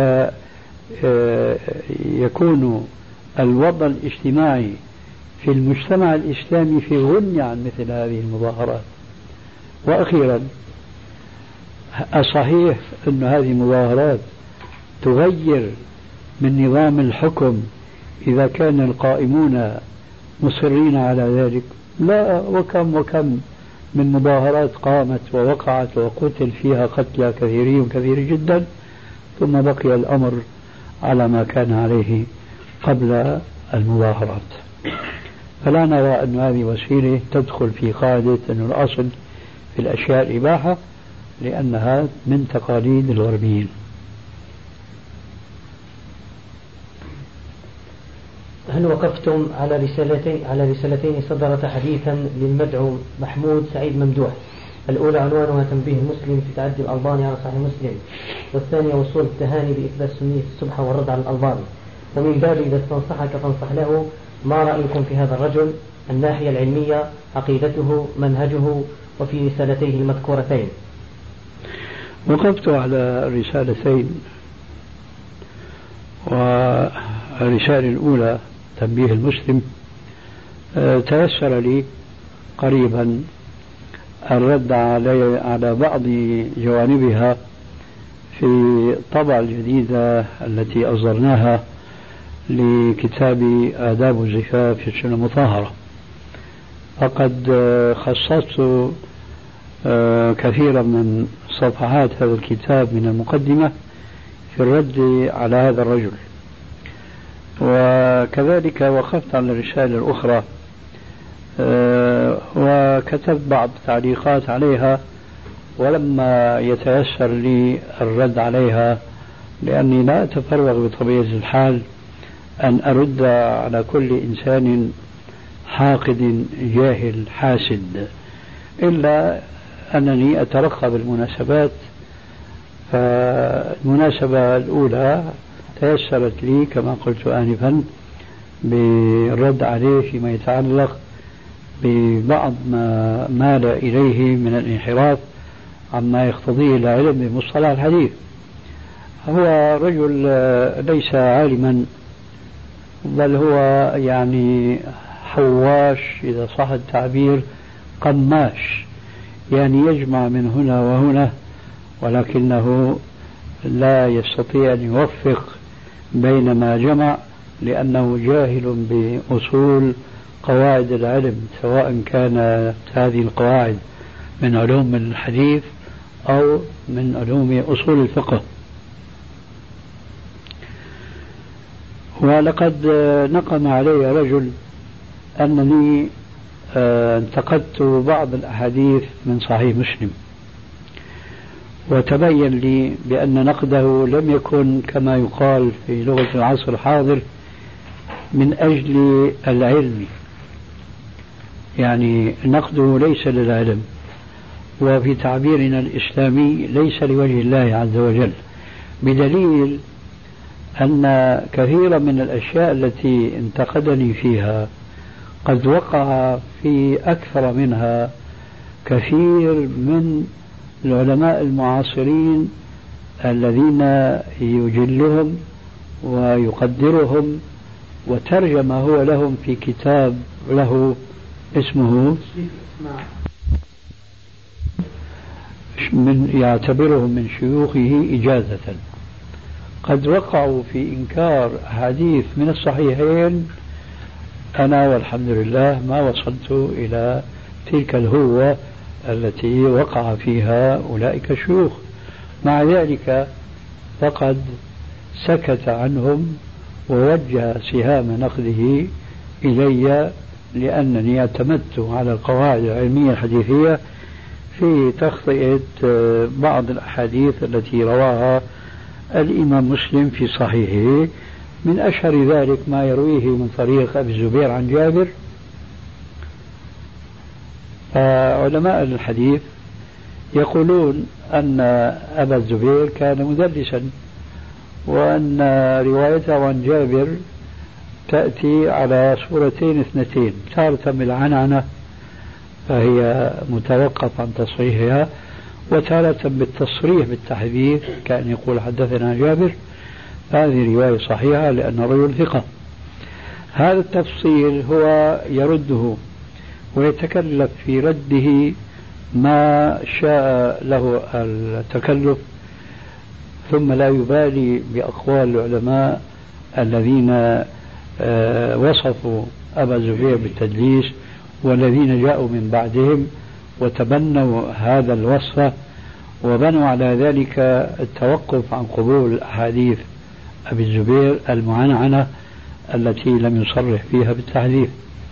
يكون الوضع الاجتماعي في المجتمع الإسلامي في غنى عن مثل هذه المظاهرات. وأخيرا، أصحيح أن هذه المظاهرات تغير من نظام الحكم إذا كان القائمون مصرين على ذلك؟ لا، وكم وكم من مظاهرات قامت ووقعت وقتل فيها قتلى كثيرين كثير جدا، ثم بقي الأمر على ما كان عليه قبل المظاهرات. فلا نرى أن هذه وسيلة تدخل في قاعدة أن الأصل في الأشياء الإباحة، لأنها من تقاليد الغربيين. هل وقفتم على رسالتين على رسالتين صدرتا حديثا للمدعو محمود سعيد ممدوح؟ الأولى عنوانها تنبيه المسلم في تعدي الألباني على صحيح مسلم، والثانية وصول التهاني بإثبات سنية السبحة والرد على الألباني. ومن باب إذا استنصحك فانصح له، ما رأيكم في هذا الرجل؟ الناحية العلمية، عقيدته، منهجه، وفي رسالتيه المذكورتين. وقفت على رسالتين، والرسالة الأولى تنبيه المسلم تيسر لي قريبا الرد علي على بعض جوانبها في الطبعة الجديدة التي أصدرناها لكتاب آداب الزفاف في السنة المطهرة. فقد خصصت كثيرا من صفحات هذا الكتاب من المقدمة في الرد على هذا الرجل، وكذلك وقفت على الرسالة الأخرى وكتبت بعض تعليقات عليها، ولما يتيسر لي الرد عليها لأني لا أتفرغ بطبيعة الحال أن أرد على كل إنسان حاقد جاهل حاسد، إلا أنني أترقب المناسبات. فالمناسبة الأولى تيسرت لي كما قلت آنفا بالرد عليه فيما يتعلق ببعض ما مال إليه من الانحراف عما يقتضيه العلم بمصطلح الحديث. هو رجل ليس عالما، بل هو يعني حواش إذا صح التعبير، قماش، يعني يجمع من هنا وهنا، ولكنه لا يستطيع أن يوفق بين ما جمع، لأنه جاهل بأصول قواعد العلم، سواء كانت هذه القواعد من علوم الحديث أو من علوم أصول الفقه. ولقد نقم علي رجل أنني انتقدت بعض الأحاديث من صحيح مسلم، وتبين لي بأن نقده لم يكن كما يقال في لغة العصر الحاضر من أجل العلم، يعني نقده ليس للعلم، وفي تعبيرنا الإسلامي ليس لوجه الله عز وجل، بدليل أن كثيرا من الأشياء التي انتقدني فيها قد وقع في أكثر منها كثير من العلماء المعاصرين الذين يجلهم ويقدرهم، وترجم هو لهم في كتاب له اسمه من يعتبرهم من شيوخه إجازة. قد وقعوا في إنكار حديث من الصحيحين، أنا والحمد لله ما وصلت إلى تلك الهوة التي وقع فيها أولئك الشيوخ. مع ذلك فقد سكت عنهم ووجه سهام نقده إلي، لأنني اعتمدت على القواعد العلمية الحديثية في تخطئة بعض الأحاديث التي رواها الإمام مسلم في صحيحه. من أشهر ذلك ما يرويه من طريق أبي الزبير عن جابر. علماء الحديث يقولون أن أبا الزبير كان مدلسا، وأن روايته عن جابر تأتي على صورتين اثنتين، تارة بالعنعنة فهي متوقف عن تصحيحها، وتارة بالتصريح بالتحديث كأن يقول حدثنا جابر. هذه رواية صحيحة لأن الرجل ثقة. هذا التفصيل هو يرده ويتكلف في رده ما شاء له التكلف، ثم لا يبالي بأقوال العلماء الذين وصفوا أبا زبير بالتدليس والذين جاءوا من بعدهم وتبنوا هذا الوصف وبنوا على ذلك التوقف عن قبول أحاديث أبي الزبير المعنعنة التي لم يصرح فيها بالتحديث.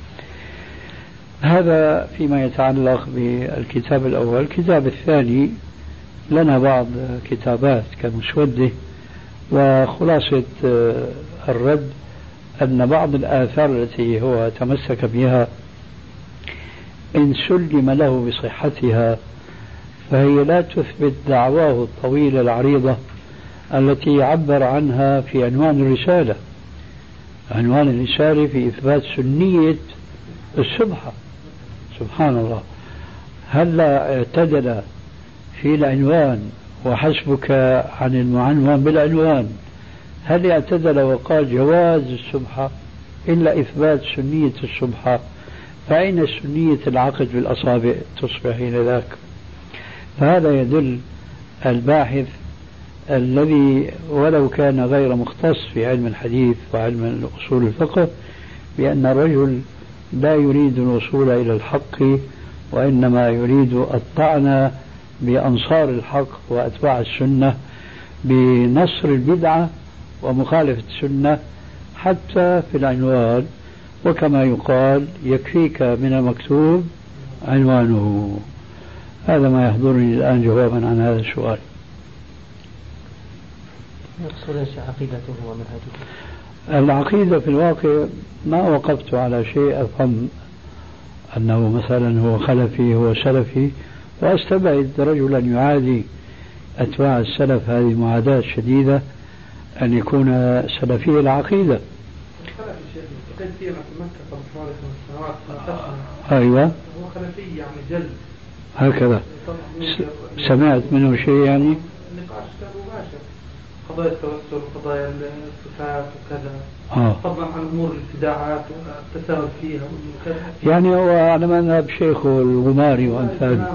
هذا فيما يتعلق بالكتاب الأول. الكتاب الثاني لنا بعض كتابات كمسودة، وخلاصة الرد أن بعض الآثار التي هو تمسك بها إن سلم له بصحتها فهي لا تثبت دعواه الطويلة العريضة التي عبر عنها في عنوان الرسالة. عنوان الرسالة في إثبات سنية السبحة. سبحان الله، هلا اعتدل في العنوان وحسبك عن المعنون بالعنوان، هل اعتدل وقال جواز السبحة إلا إثبات سنية السبحة؟ فأين سنية العقد بالأصابع تصبح حين ذاك؟ فهذا يدل الباحث الذي ولو كان غير مختص في علم الحديث وعلم أصول الفقه بأن الرجل لا يريد الوصول إلى الحق، وإنما يريد الطعن بأنصار الحق وأتباع السنة بنصر البدعة ومخالفة السنة حتى في العنوان. وكما يقال يكفيك من المكتوب عنوانه. هذا ما يحضرني الآن جوابا عن هذا السؤال. يقصد ايش عقيدته ومنهجه؟ العقيدة في الواقع ما وقفت على شيء أفهم أنه مثلا هو خلفي هو سلفي، وأستبعد رجلا يعادي أتباع السلف هذه معاداة شديدة أن يكون سلفي العقيدة. أيوة، هو خلفي يعني جلد هكذا. سمعت منه شيء يعني؟ نقاش مباشر، قضايا التوسل وقضايا الصفات وكذا. آه. طبعا عن أمور الابتداعات والتساهل فيها وكذا. يعني هو على مذهب شيخه الغماري وأمثاله.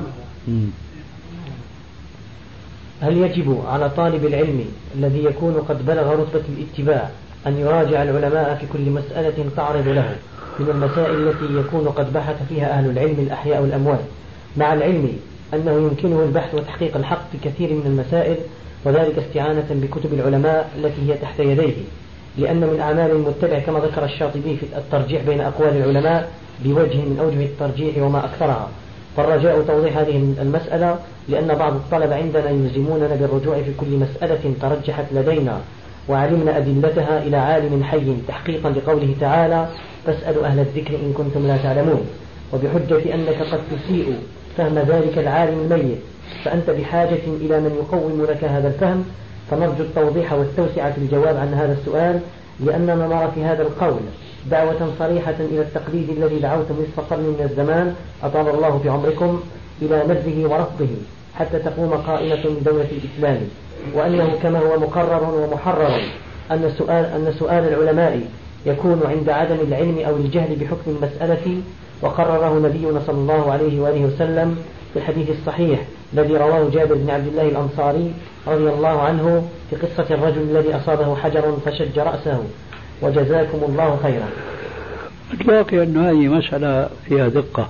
هل يجب على طالب العلم الذي يكون قد بلغ رتبة الاتباع أن يراجع العلماء في كل مسألة تعرض له من المسائل التي يكون قد بحث فيها أهل العلم الأحياء والأموات، مع العلم أنه يمكنه البحث وتحقيق الحق في كثير من المسائل، وذلك استعانة بكتب العلماء التي هي تحت يديه؟ لأن من أعمال المتبع كما ذكر الشاطبي في الترجيح بين أقوال العلماء بوجه من أوجه الترجيح وما أكثرها. فالرجاء توضيح هذه المسألة، لأن بعض الطلبة عندنا يلزموننا بالرجوع في كل مسألة ترجحت لدينا وعلمنا أدلتها إلى عالم حي تحقيقا لقوله تعالى: فاسألوا أهل الذكر إن كنتم لا تعلمون، وبحجة أنك قد تسيء فهم ذلك العالم الميت، فأنت بحاجة إلى من يقوم لك هذا الفهم. فنرجو التوضيح والتوسعة في الجواب عن هذا السؤال، لأننا نرى في هذا القول دعوة صريحة إلى التقليد الذي دعوتم نصف قرن من الزمان أطال الله في عمركم إلى نبذه ورفضه حتى تقوم قائمة من دولة الإسلام، وأنه كما هو مقرر ومحرر أن سؤال, أن سؤال العلماء يكون عند عدم العلم أو الجهل بحكم المسألة، وقرره نبينا صلى الله عليه وآله وسلم في الحديث الصحيح الذي رواه جابر بن عبد الله الأنصاري رضي الله عنه في قصة الرجل الذي أصابه حجر فشج رأسه. وجزاكم الله خيرا. الواقع أن هذه مسألة فيها دقة،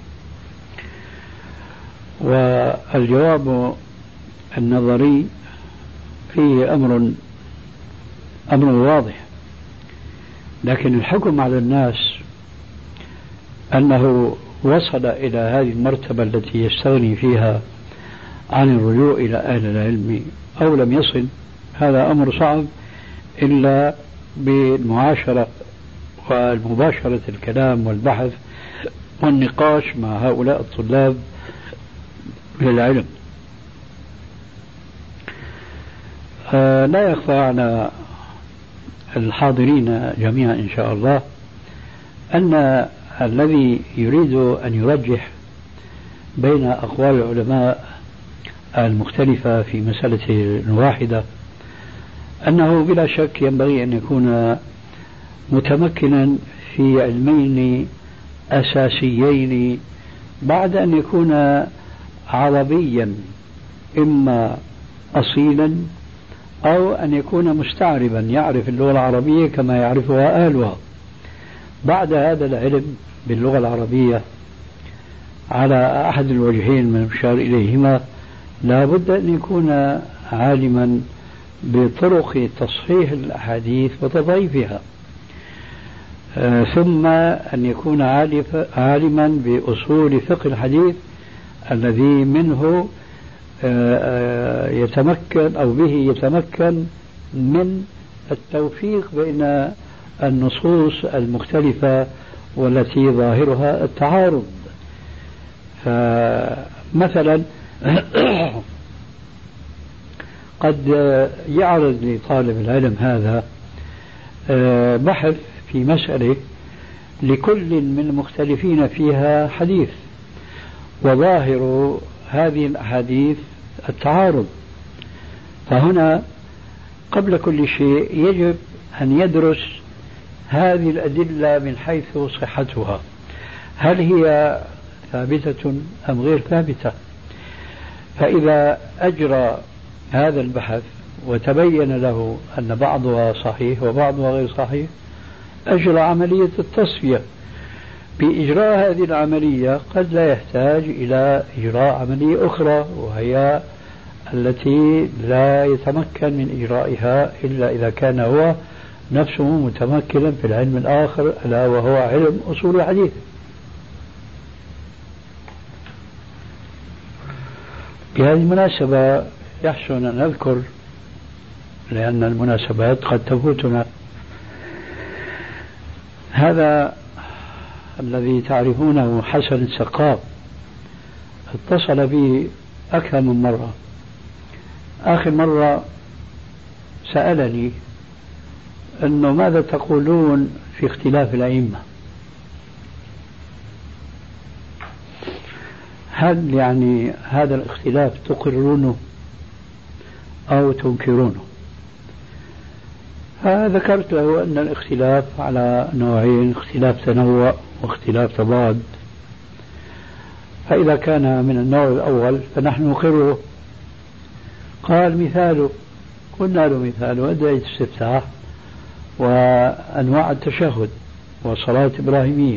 والجواب النظري فيه أمر أمر واضح، لكن الحكم على الناس أنه وصل إلى هذه المرتبة التي يستغني فيها عن الرجوع إلى أهل العلم أو لم يصل، هذا أمر صعب إلا بالمعاشرة والمباشرة الكلام والبحث والنقاش مع هؤلاء الطلاب للعلم. آه لا يخفى على الحاضرين جميعا إن شاء الله أن الذي يريد أن يرجح بين أقوال العلماء المختلفة في مسألة واحدة أنه بلا شك ينبغي أن يكون متمكنا في علمين أساسيين بعد أن يكون عربيا إما أصيلا أو أن يكون مستعربا يعرف اللغة العربية كما يعرفها أهلها. بعد هذا العلم باللغة العربية على أحد الوجهين من المشار إليهما لا بد أن يكون عالما بطرق تصحيح الأحاديث وتضعيفها، آه ثم أن يكون عالما بأصول فقه الحديث الذي منه آه يتمكن أو به يتمكن من التوفيق بين النصوص المختلفة والتي ظاهرها التعارض. فمثلا قد يعرض لطالب العلم هذا بحث في مسألة لكل من المختلفين فيها حديث، وظاهر هذه الأحاديث التعارض، فهنا قبل كل شيء يجب أن يدرس هذه الأدلة من حيث صحتها، هل هي ثابتة أم غير ثابتة؟ فإذا أجرى هذا البحث وتبين له أن بعضها صحيح وبعضها غير صحيح أجرى عملية التصفية. بإجراء هذه العملية قد لا يحتاج إلى إجراء عملية أخرى، وهي التي لا يتمكن من إجرائها إلا إذا كان هو نفسه متمكنا في العلم الآخر ألا وهو علم أصول الحديث. بهذه المناسبة يحسن أن نذكر، لأن المناسبات قد تفوتنا، هذا الذي تعرفونه حسن السقاف اتصل بي أكثر من مرة. آخر مرة سألني أنه ماذا تقولون في اختلاف الأئمة؟ هل يعني هذا الاختلاف تقرونه أو تنكرونه؟ فذكرت له أن الاختلاف على نوعين، اختلاف تنوع واختلاف تضاد. فإذا كان من النوع الأول فنحن نقره. قال مثاله، قلنا له مثاله أدعية الاستفتاح وأنواع التشهد والصلاة الإبراهيمية.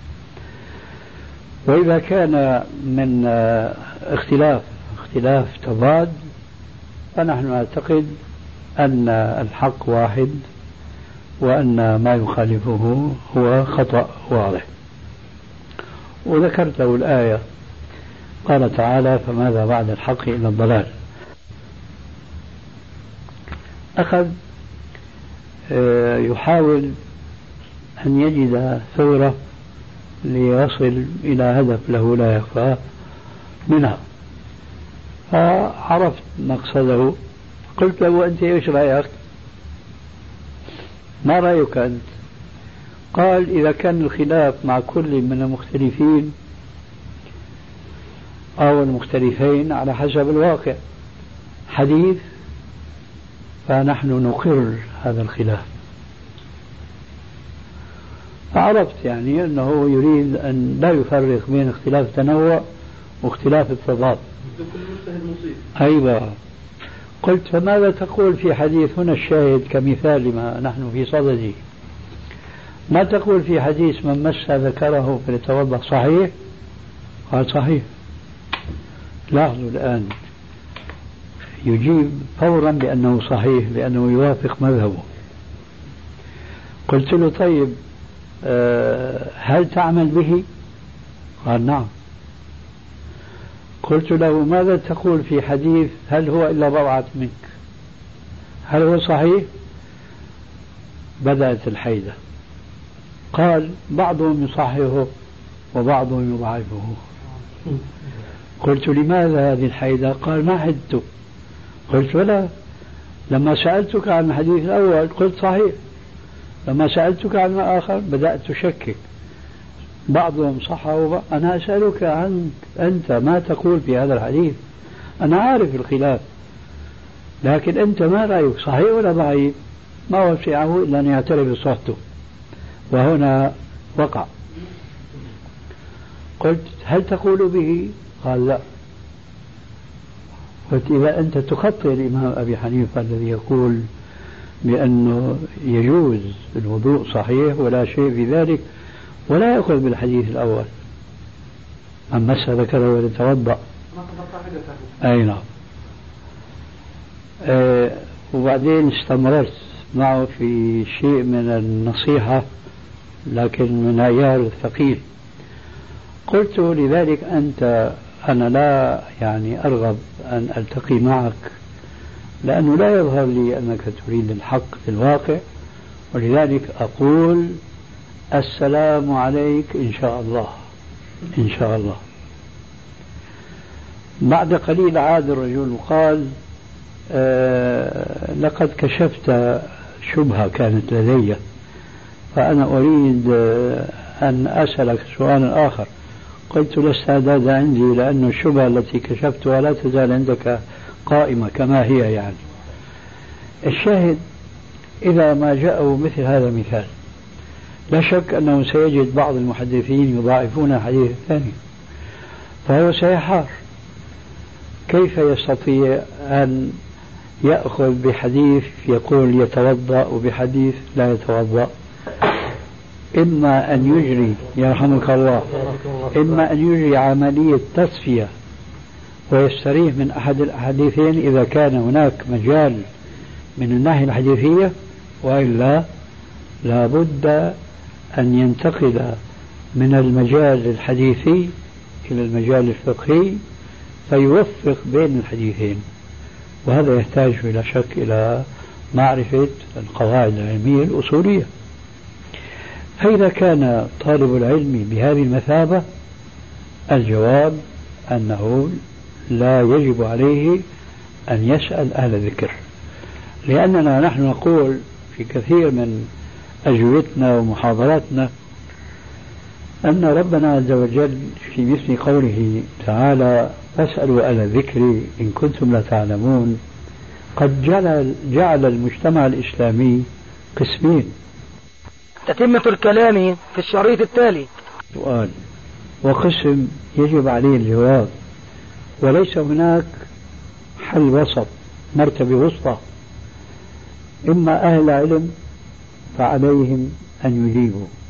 وإذا كان من اختلاف اختلاف تضاد فنحن نعتقد أن الحق واحد وأن ما يخالفه هو خطأ واضح. وذكرت له الآية قال تعالى فماذا بعد الحق إلا الضلال. أخذ يحاول أن يجد ثورة ليصل إلى هدف له لا يخفى منها، فعرفت مقصده. قلت له أنت إيش رأيك؟ ما رأيك أنت؟ قال إذا كان الخلاف مع كل من المختلفين أو المختلفين على حسب الواقع حديث فنحن نقر هذا الخلاف. فعرفت يعني أنه يريد أن لا يفرق بين اختلاف تنوع واختلاف التضاد. كل مجتهد مصيب. أيوة. قلت فماذا تقول في حديث هنا الشاهد كمثال لما نحن في صدده؟ ما تقول في حديث من مس ذكره فليتوضأ صحيح؟ قال صحيح. لاحظوا الآن يجيب فورا بأنه صحيح لأنه يوافق مذهبه. قلت له طيب أه هل تعمل به؟ قال نعم. قلت له ماذا تقول في حديث هل هو إلا بضعة منك؟ هل هو صحيح؟ بدأت الحيدة. قال بعضهم يصححه وبعضهم يضعفه. قلت لماذا هذه الحيدة؟ قال ما حدته. قلت ولا، لما سألتك عن الحديث الأول قلت صحيح، لما سألتك عن الآخر بدأت تشكك، بعضهم صحه. أنا أسألك عن أنت ما تقول في هذا الحديث؟ أنا عارف الخلاف، لكن أنت ما رأيك صحيح ولا ضعيف؟ ما وسعه إلا أن يعترف بصحته، وهنا وقع. قلت هل تقول به؟ قال لا. قلت إذا أنت تخطئ الإمام أبي حنيفة الذي يقول بأنه يجوز الوضوء صحيح ولا شيء في ذلك، ولا يأخذ بالحديث الأول من مس ذكره وليتوضأ. أي نعم. أه وبعدين استمرت معه في شيء من النصيحة لكن من عيار ثقيل. قلت لذلك أنت أنا لا يعني أرغب أن ألتقي معك لأنه لا يظهر لي أنك تريد الحق في الواقع، ولذلك أقول السلام عليك إن شاء الله إن شاء الله. بعد قليل عاد الرجل وقال آه لقد كشفت شبهة كانت لدي، فأنا أريد آه أن أسألك سؤالا آخر. قلت لا استعداد عندي لأن الشبهة التي كشفتها لا تزال عندك قائمة كما هي. يعني الشاهد إذا ما جاءوا مثل هذا المثال لا شك أنه سيجد بعض المحدثين يضاعفون الحديث الثاني، فهو سيحار كيف يستطيع أن يأخذ بحديث يقول يتوضأ وبحديث لا يتوضأ. إما أن يجري يرحمك الله إما أن يجري عملية تصفية ويستريح من أحد الحديثين إذا كان هناك مجال من الناحية الحديثية، وإلا لابد أن ينتقل من المجال الحديثي إلى المجال الفقهي فيوفق بين الحديثين، وهذا يحتاج بلا شك إلى معرفة القواعد العلمية الأصولية. فإذا كان طالب العلم بهذه المثابة الجواب أنه لا يجب عليه أن يسأل أهل الذكر، لأننا نحن نقول في كثير من أجوبتنا ومحاضراتنا أن ربنا عز وجل في مثل قوله تعالى فاسألوا أهل الذكر إن كنتم لا تعلمون قد جعل, جعل المجتمع الإسلامي قسمين. تتمة الكلام في الشريط التالي. سؤال وقسم يجب عليه الجواب، وليس هناك حل وسط مرتبة وسطى، إما أهل علم فعليهم أن يجيبوا